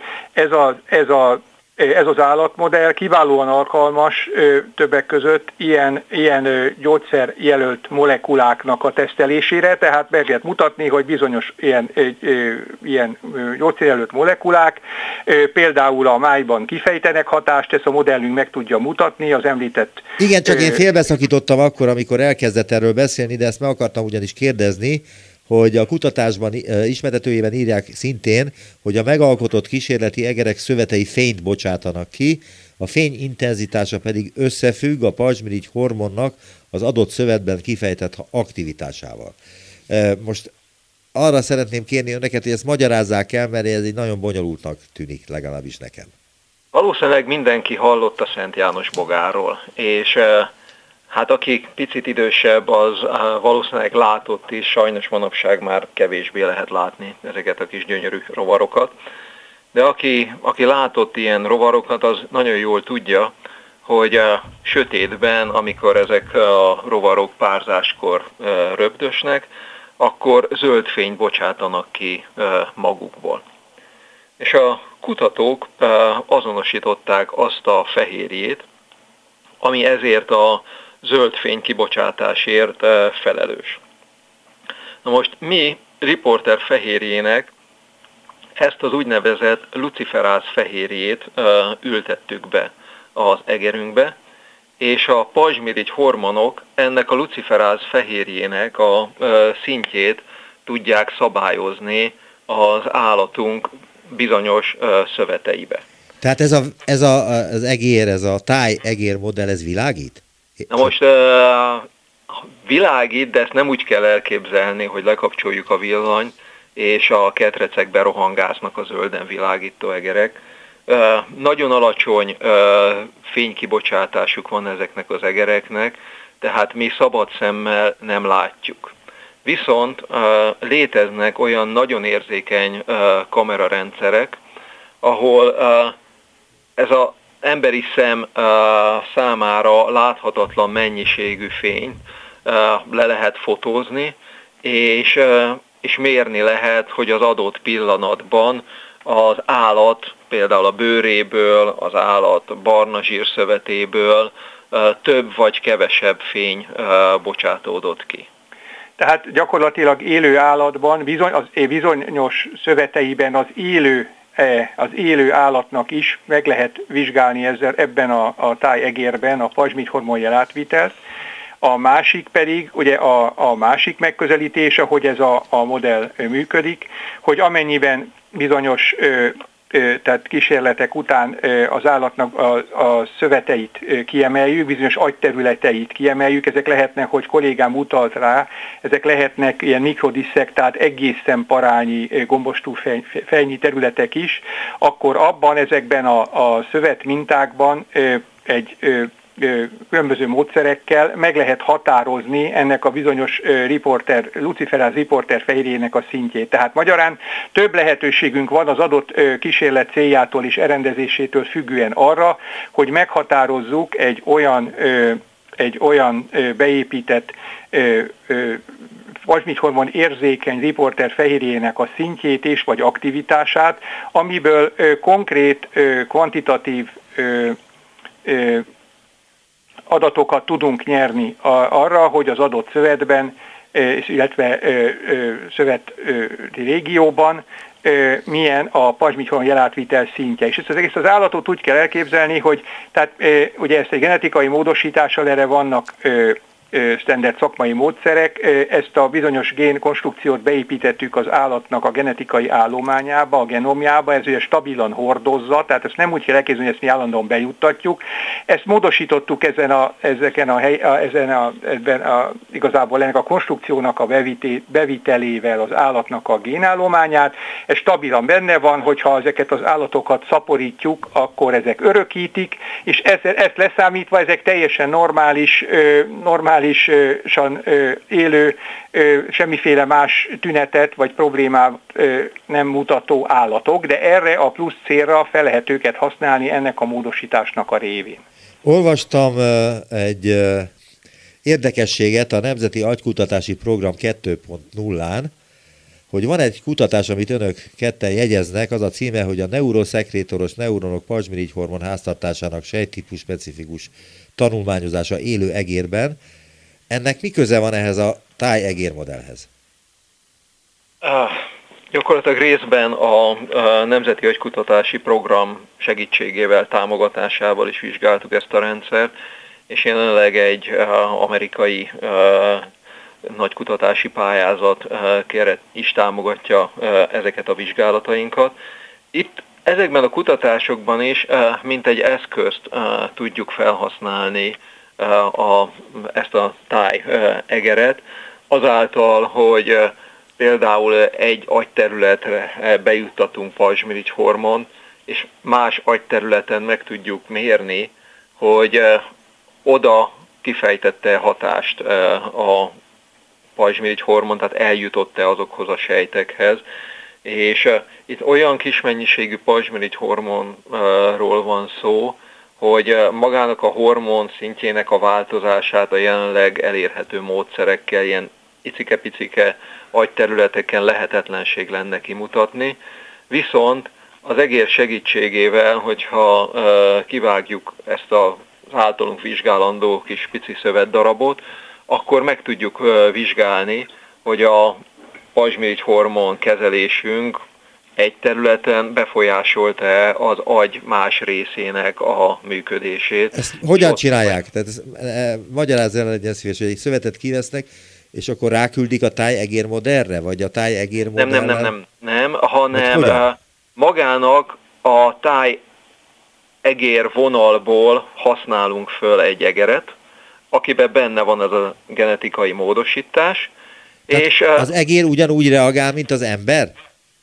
ez az állatmodell kiválóan alkalmas többek között ilyen gyógyszerjelölt molekuláknak a tesztelésére, tehát meg lehet mutatni, hogy bizonyos ilyen gyógyszerjelölt molekulák például a májban kifejtenek hatást, ezt a modellünk meg tudja mutatni, az említett... Igen, csak én félbeszakítottam akkor, amikor elkezdett erről beszélni, de ezt meg akartam ugyanis kérdezni, hogy a kutatásban ismertetőjében írják szintén, hogy a megalkotott kísérleti egerek szövetei fényt bocsátanak ki, a fény intenzitása pedig összefügg a pazsmirigy hormonnak az adott szövetben kifejtett aktivitásával. Most arra szeretném kérni önöket, hogy ezt magyarázzák el, mert ez egy nagyon bonyolultnak tűnik, legalábbis nekem. Valószínűleg mindenki hallott a Szent János bogáról, és hát aki picit idősebb, az valószínűleg látott is, sajnos manapság már kevésbé lehet látni ezeket a kis gyönyörű rovarokat. De aki látott ilyen rovarokat, az nagyon jól tudja, hogy sötétben, amikor ezek a rovarok párzáskor röptösnek, akkor zöld fényt bocsátanak ki magukból. És a kutatók azonosították azt a fehérjét, ami ezért a zöld fény kibocsátásért felelős. Na most mi riporter fehérjének ezt az úgynevezett luciferáz fehérjét ültettük be az egerünkbe, és a pazsmirigy hormonok ennek a luciferáz fehérjének a szintjét tudják szabályozni az állatunk bizonyos szöveteibe. Tehát az egér, ez a tájegér modell, ez világít? Na most világít, de ezt nem úgy kell elképzelni, hogy lekapcsoljuk a villanyt, és a ketrecekbe rohangásznak a zölden világító egerek. Nagyon alacsony fénykibocsátásuk van ezeknek az egereknek, tehát mi szabad szemmel nem látjuk. Viszont léteznek olyan nagyon érzékeny kamerarendszerek, ahol ez az emberi szem számára láthatatlan mennyiségű fényt le lehet fotózni, és mérni lehet, hogy az adott pillanatban az állat, például a bőréből, az állat barna zsírszövetéből több vagy kevesebb fény bocsátódott ki. Tehát gyakorlatilag élő állatban, bizonyos szöveteiben az élő állatnak is meg lehet vizsgálni ebben a tájegérben a pazsmirigy-hormon jelátvitelt. A másik pedig, ugye a másik megközelítése, hogy ez a modell működik, hogy amennyiben bizonyos tehát kísérletek után az állatnak a szöveteit kiemeljük, bizonyos agyterületeit kiemeljük, ezek lehetnek, hogy kollégám utalt rá, ezek lehetnek ilyen mikrodisszektált, egészen parányi gombostú fejnyi területek is, akkor abban ezekben a szövetmintákban egy különböző módszerekkel meg lehet határozni ennek a bizonyos luciferáz riporter fehérjének a szintjét. Tehát magyarán több lehetőségünk van az adott kísérlet céljától és elrendezésétől függően arra, hogy meghatározzuk egy olyan beépített pazsmirigy-hormon érzékeny riporter fehérjének a szintjét és vagy aktivitását, amiből konkrét, kvantitatív adatokat tudunk nyerni arra, hogy az adott szövetben, illetve szöveti régióban milyen a pazsmirigy-hormon jelátvitel szintje. És ezt az egész az állatot úgy kell elképzelni, hogy tehát ugye ezt egy genetikai módosítással erre vannak standard szakmai módszerek. Ezt a bizonyos génkonstrukciót beépítettük az állatnak a genetikai állományába, a genomjába, ez ugye stabilan hordozza, tehát ezt nem úgy kell elképzelni, hogy ezt mi állandóan bejuttatjuk. Ezt módosítottuk igazából ennek a konstrukciónak a bevitelével az állatnak a génállományát. Ez stabilan benne van, hogyha ezeket az állatokat szaporítjuk, akkor ezek örökítik, és ezt leszámítva ezek teljesen normálisan élő, semmiféle más tünetet vagy problémát nem mutató állatok, de erre a plusz célra fel lehet őket használni ennek a módosításnak a révén. Olvastam egy érdekességet a Nemzeti Agykutatási Program 2.0-án, hogy van egy kutatás, amit önök ketten jegyeznek, az a címe, hogy a neuroszekrétoros neuronok pajzsmirigyhormon háztartásának sejttípus specifikus tanulmányozása élő egérben. Ennek mi köze van ehhez a tájegérmodellhez? Gyakorlatilag részben a Nemzeti Agykutatási Program segítségével, támogatásával is vizsgáltuk ezt a rendszert, és jelenleg egy amerikai nagy kutatási pályázat keret is támogatja ezeket a vizsgálatainkat. Itt ezekben a kutatásokban is mint egy eszközt tudjuk felhasználni ezt a tájegeret, azáltal, hogy például egy agyterületre bejuttatunk pajzsmirigyhormont, és más agyterületen meg tudjuk mérni, hogy oda kifejtette hatást a pajzsmirigyhormon, tehát eljutott-e azokhoz a sejtekhez, és itt olyan kis mennyiségű pajzsmirigyhormonról van szó, hogy magának a hormon szintjének a változását a jelenleg elérhető módszerekkel ilyen icike-picike agyterületeken lehetetlenség lenne kimutatni, viszont az egér segítségével, hogyha kivágjuk ezt az általunk vizsgálandó kis pici szövetdarabot, akkor meg tudjuk vizsgálni, hogy a pajzsmirigyhormon kezelésünk egy területen befolyásolta az agy más részének a működését. Ezt hogyan csinálják? Tehát magyarázz el, legyen szíves, hogy egy szövetet kivesznek, és akkor ráküldik a tájegérmodellre, vagy a tájegérmodellre? Nem, hanem magának a tájegér vonalból használunk föl egy egeret, akiben benne van az a genetikai módosítás. Tehát és az egér ugyanúgy reagál, mint az ember?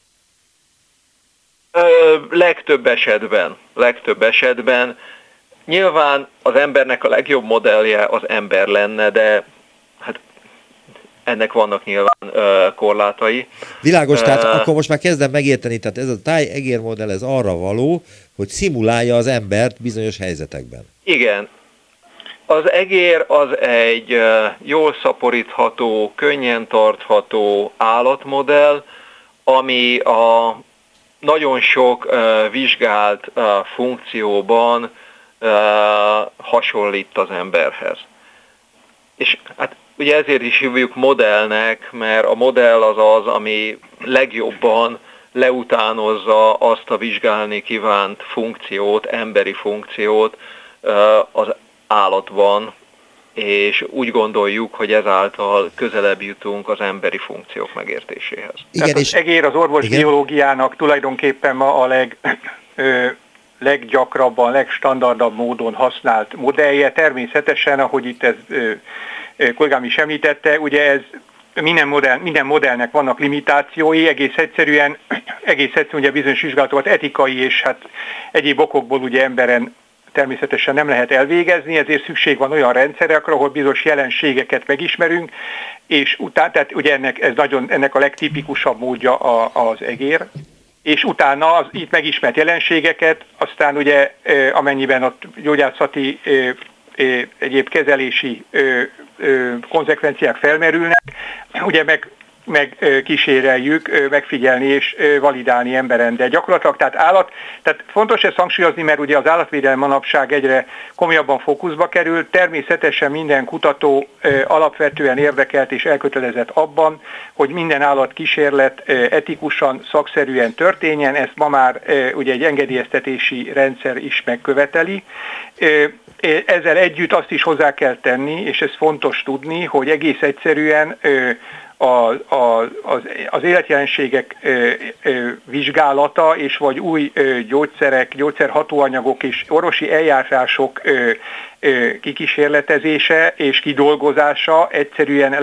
Legtöbb esetben. Nyilván az embernek a legjobb modellje az ember lenne, de hát ennek vannak nyilván korlátai. Világos, tehát akkor most már kezdem megérteni, tehát ez a tájegérmodell ez arra való, hogy szimulálja az embert bizonyos helyzetekben. Igen. Az egér az egy jól szaporítható, könnyen tartható állatmodell, ami a nagyon sok vizsgált funkcióban hasonlít az emberhez. És hát ugye ezért is hívjuk modellnek, mert a modell az, ami legjobban leutánozza azt a vizsgálni kívánt funkciót, emberi funkciót az állatban, és úgy gondoljuk, hogy ezáltal közelebb jutunk az emberi funkciók megértéséhez. Igen, és az egér az orvosbiológiának tulajdonképpen ma a leggyakrabban, legstandardabb módon használt modellje. Természetesen, ahogy itt ez kollégám is említette, ugye ez minden modellnek vannak limitációi, egész egyszerűen ugye bizonyos vizsgálatokat etikai és hát egyéb okokból ugye emberen természetesen nem lehet elvégezni, ezért szükség van olyan rendszerekre, ahol bizonyos jelenségeket megismerünk, és utána, tehát ugye ennek a legtipikusabb módja az egér, és utána az itt megismert jelenségeket, aztán ugye amennyiben ott gyógyászati egyéb kezelési konzekvenciák felmerülnek, ugye meg megkíséreljük, megfigyelni és validálni emberen. De gyakorlatilag tehát fontos ezt hangsúlyozni, mert ugye az állatvédelem manapság egyre komolyabban fókuszba kerül. Természetesen minden kutató alapvetően érdekelt és elkötelezett abban, hogy minden állatkísérlet etikusan, szakszerűen történjen. Ezt ma már ugye egy engedélyeztetési rendszer is megköveteli. Ezzel együtt azt is hozzá kell tenni, és ez fontos tudni, hogy egész egyszerűen az életjelenségek vizsgálata és vagy új gyógyszerek, gyógyszerhatóanyagok és orvosi eljárások kikísérletezése és kidolgozása egyszerűen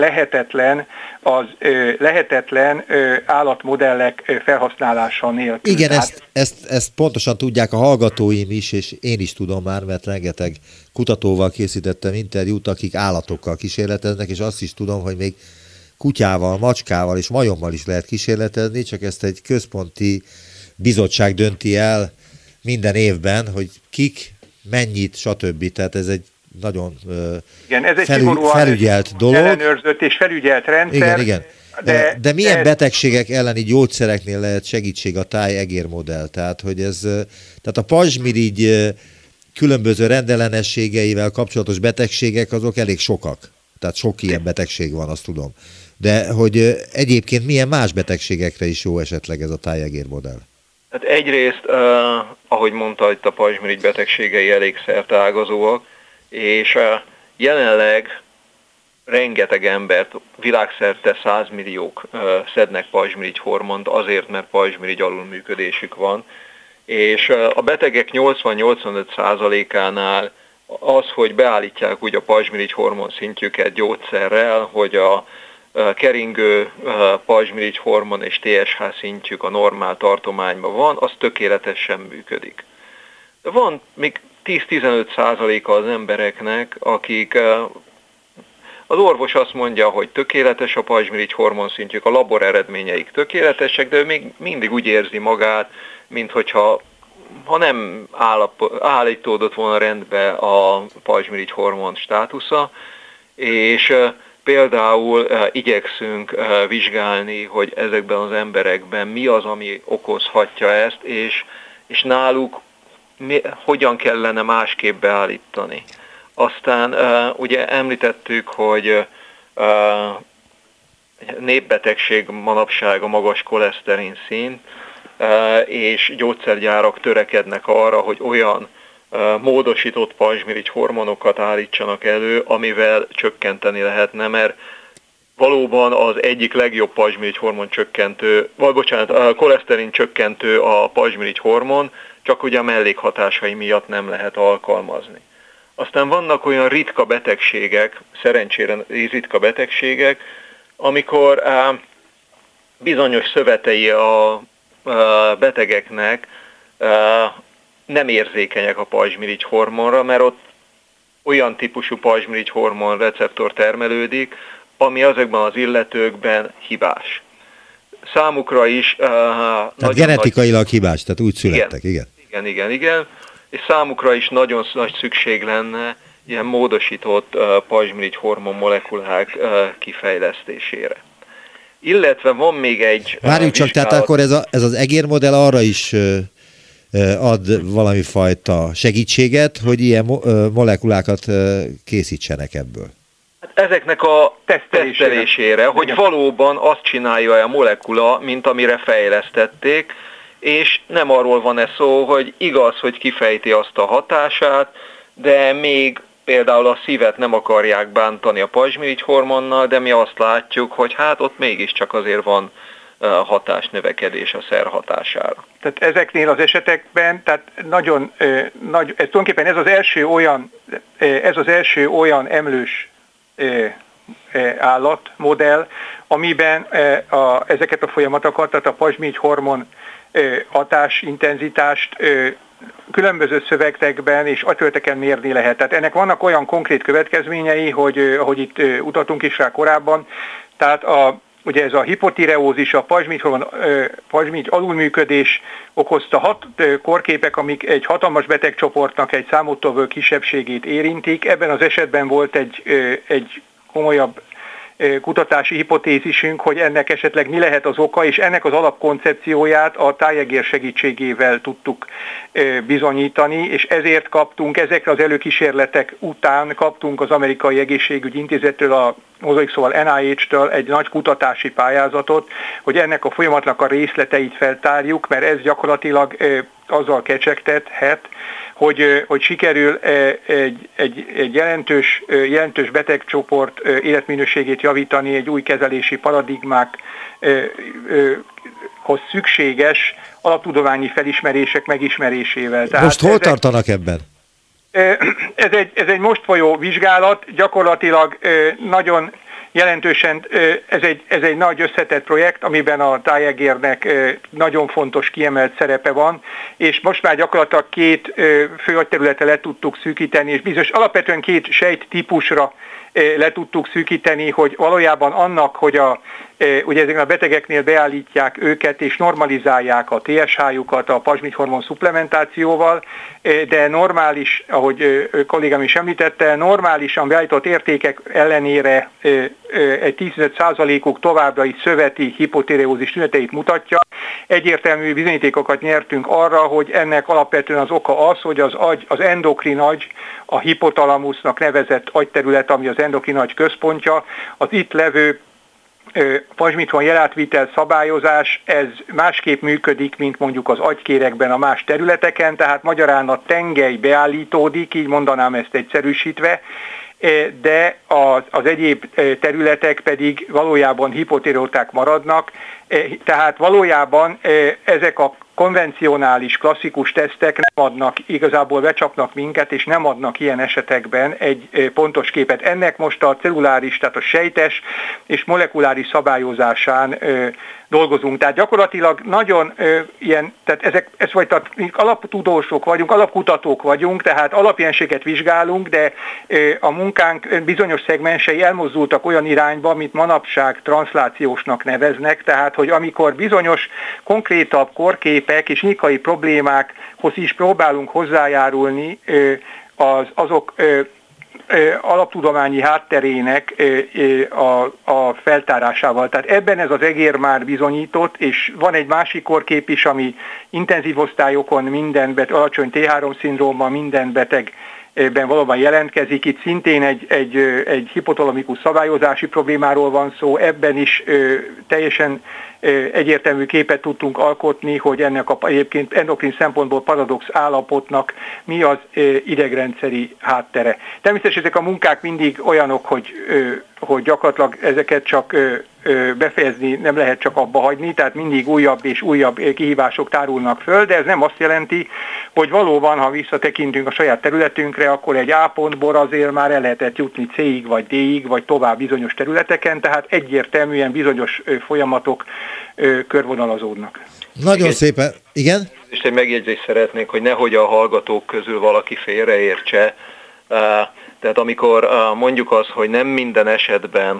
lehetetlen állatmodellek felhasználása nélkül. Igen, ezt pontosan tudják a hallgatóim is, és én is tudom már, mert rengeteg kutatóval készítettem interjút, akik állatokkal kísérleteznek, és azt is tudom, hogy még kutyával, macskával és majommal is lehet kísérletezni, csak ezt egy központi bizottság dönti el minden évben, hogy kik, mennyit, stb. Tehát ez egy nagyon felügyelt dolog. Ellenőrzött és felügyelt rendszer. Igen. De milyen betegségek elleni gyógyszereknél lehet segítség a táj-egérmodell? Tehát a pajzsmirigy különböző rendellenességeivel kapcsolatos betegségek azok elég sokak. Tehát sok ilyen betegség van, azt tudom. De hogy egyébként milyen más betegségekre is jó esetleg ez a táj-egérmodell? Hát egyrészt, ahogy mondta, itt a pajzsmirigy betegségei elég szerteágazóak, és jelenleg rengeteg embert, világszerte 100 milliók szednek pajzsmirigy hormont azért, mert pajzsmirigy alulműködésük van, és a betegek 80-85%-ánál az, hogy beállítják úgy a pajzsmirigy hormon szintjüket gyógyszerrel, hogy a keringő pajzsmirigy hormon és TSH szintjük a normál tartományban van, az tökéletesen működik. De van még 10-15%-a az embereknek, akik az orvos azt mondja, hogy tökéletes a pajzsmirigy hormon szintjük, a labor eredményeik tökéletesek, de ő még mindig úgy érzi magát, minthogyha nem állítódott volna rendbe a pajzsmirigy hormon státusza, és például igyekszünk vizsgálni, hogy ezekben az emberekben mi az, ami okozhatja ezt, és náluk hogyan kellene másképp beállítani. Aztán ugye említettük, hogy népbetegség manapság a magas koleszterin szint, és gyógyszergyárak törekednek arra, hogy olyan módosított pajzsmirigy hormonokat állítsanak elő, amivel csökkenteni lehetne, mert valóban az egyik legjobb pajzsmirigy hormon csökkentő, koleszterin csökkentő a pajzsmirigy hormon, csak ugye a mellékhatásai miatt nem lehet alkalmazni. Aztán vannak olyan ritka betegségek, szerencsére ritka betegségek, amikor bizonyos szövetei a betegeknek nem érzékenyek a pajzsmirigy hormonra, mert ott olyan típusú pajzsmirigy hormon receptor termelődik, ami ezekben az illetőkben hibás. Számukra is... Tehát genetikailag hibás, tehát úgy születtek, igen. Igen. És számukra is nagyon nagy szükség lenne ilyen módosított pajzsmirigy hormon molekulák kifejlesztésére. Illetve van még egy... Várjuk csak, tehát akkor ez az egérmodell arra is ad valami fajta segítséget, hogy ilyen molekulákat készítsenek ebből. Hát ezeknek a tesztelésére, hogy valóban azt csinálja a molekula, mint amire fejlesztették, és nem arról van szó, hogy igaz, hogy kifejti azt a hatását, de még például a szívet nem akarják bántani a pajzsmirigy hormonnal, de mi azt látjuk, hogy hát ott mégiscsak azért van hatásnövekedés a szer hatására. Tehát ezeknél az esetekben, tehát nagyon nagy, tulajdonképpen ez az első olyan emlős állatmodell, amiben ezeket a folyamatokat, tehát a pajzsmirigy hormon hatásintenzitást különböző szövegekben és agyterületeken mérni lehet. Tehát ennek vannak olyan konkrét következményei, hogy ahogy itt utaltunk is rá korábban, tehát ugye ez a hipotireózis, a pajzsmirigy alulműködés okozta korképek, amik egy hatalmas betegcsoportnak egy számottevő kisebbségét érintik. Ebben az esetben volt egy komolyabb kutatási hipotézisünk, hogy ennek esetleg mi lehet az oka, és ennek az alapkoncepcióját a tájegér segítségével tudtuk bizonyítani, és ezért kaptunk, ezekre az előkísérletek után kaptunk az Amerikai Egészségügyi Intézettől, a mozaik szóval NIH-től egy nagy kutatási pályázatot, hogy ennek a folyamatnak a részleteit feltárjuk, mert ez gyakorlatilag azzal kecsegtethet, hogy sikerül egy jelentős betegcsoport életminőségét javítani egy új kezelési paradigmákhoz szükséges alaptudományi felismerések megismerésével. Tehát most hol tartanak ebben? Ez egy most folyó vizsgálat, gyakorlatilag nagyon jelentősen ez egy nagy összetett projekt, amiben a tájegérnek nagyon fontos kiemelt szerepe van, és most már gyakorlatilag 2 fő agyterületre le tudtuk szűkíteni, és bizonyos alapvetően 2 sejttípusra le tudtuk szűkíteni, hogy valójában annak, hogy ugye ezeknél a betegeknél beállítják őket és normalizálják a TSH-jukat a pazsmirigy-hormon szuplementációval, de normális, ahogy kollégám is említette, normálisan beállított értékek ellenére egy 10%-uk továbbra is szöveti hipotireózis tüneteit mutatja. Egyértelmű bizonyítékokat nyertünk arra, hogy ennek alapvetően az oka az, hogy az endokrin agy, a hipotalamusznak nevezett agyterület, ami az endokrin agy központja, az itt levő pazsmirigy-hormon jelátvitel szabályozás, ez másképp működik, mint mondjuk az agykérekben a más területeken, tehát magyarán a tengely beállítódik, így mondanám ezt egyszerűsítve, de az egyéb területek pedig valójában hipotireóták maradnak, tehát valójában ezek a konvencionális, klasszikus tesztek nem adnak, igazából becsapnak minket, és nem adnak ilyen esetekben egy pontos képet. Ennek most a celluláris, tehát a sejtes és molekuláris szabályozásán dolgozunk. Tehát gyakorlatilag nagyon ilyen, tehát ez vagy alaptudósok vagyunk, alapkutatók vagyunk, tehát alapjenséget vizsgálunk, de a munkánk bizonyos szegmensei elmozdultak olyan irányba, amit manapság transzlációsnak neveznek, tehát hogy amikor bizonyos konkrétabb korképek és klinikai problémákhoz is próbálunk hozzájárulni, azok alaptudományi hátterének a feltárásával. Tehát ebben ez az egér már bizonyított, és van egy másik korkép is, ami intenzív osztályokon minden alacsony T3-szindrómmal minden betegben valóban jelentkezik. Itt szintén egy hipotalamikus szabályozási problémáról van szó, ebben is teljesen egyértelmű képet tudtunk alkotni, hogy ennek egyébként endokrin szempontból paradox állapotnak mi az idegrendszeri háttere. Természetesen ezek a munkák mindig olyanok, hogy gyakorlatilag ezeket csak befejezni nem lehet csak abba hagyni, tehát mindig újabb és újabb kihívások tárulnak föl, de ez nem azt jelenti, hogy valóban, ha visszatekintünk a saját területünkre, akkor egy A pontból azért már el lehetett jutni C-ig, vagy D-ig, vagy tovább bizonyos területeken, tehát egyértelműen bizonyos folyamatok körvonalazódnak. Nagyon szépen, igen? És egy megjegyzést szeretnék, hogy nehogy a hallgatók közül valaki félreértse. Tehát amikor mondjuk az, hogy nem minden esetben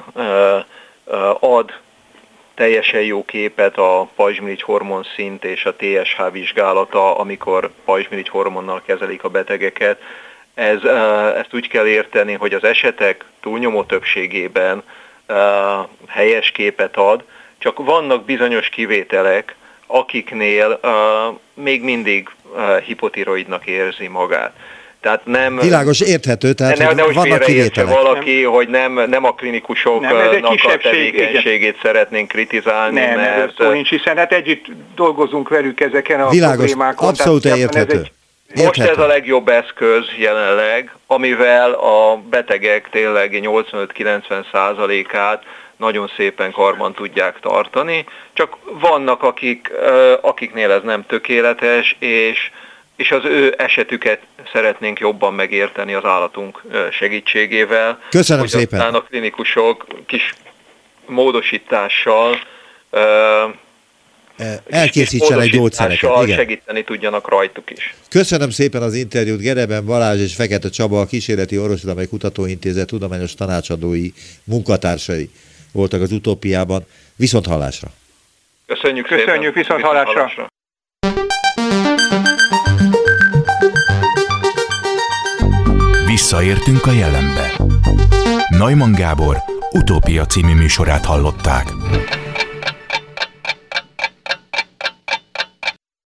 ad teljesen jó képet a pazsmirigy-hormon szint és a TSH vizsgálata, amikor pazsmirigy-hormonnal kezelik a betegeket. Ezt úgy kell érteni, hogy az esetek túlnyomó többségében helyes képet ad, csak vannak bizonyos kivételek, akiknél még mindig hipotiroidnak érzi magát. Tehát nem, világos, érthető, tehát vannak kivételek. Valaki, hogy nem a klinikusoknak a tevékenységét szeretnénk kritizálni, mert szó nincs, hiszen hát együtt dolgozunk velük ezeken a problémákon. Abszolút érthető. Most ez a legjobb eszköz jelenleg, amivel a betegek tényleg 85-90%-át nagyon szépen karban tudják tartani, csak vannak akiknél ez nem tökéletes, és az ő esetüket szeretnénk jobban megérteni az állatunk segítségével. Köszönöm hogy szépen. Aztán a klinikusok kis módosítással elkészítsenek gyógyszereket. Segíteni tudjanak rajtuk is. Köszönöm szépen az interjút. Gereben Balázs és Fekete Csaba, a Kísérleti Orvostudományi Kutatóintézet tudományos tanácsadói munkatársai voltak az Utópiában. Viszont hallásra! Köszönjük szépen! Köszönjük, viszont hallásra! Visszaértünk a jelenbe. Neumann Gábor Utópia című műsorát hallották.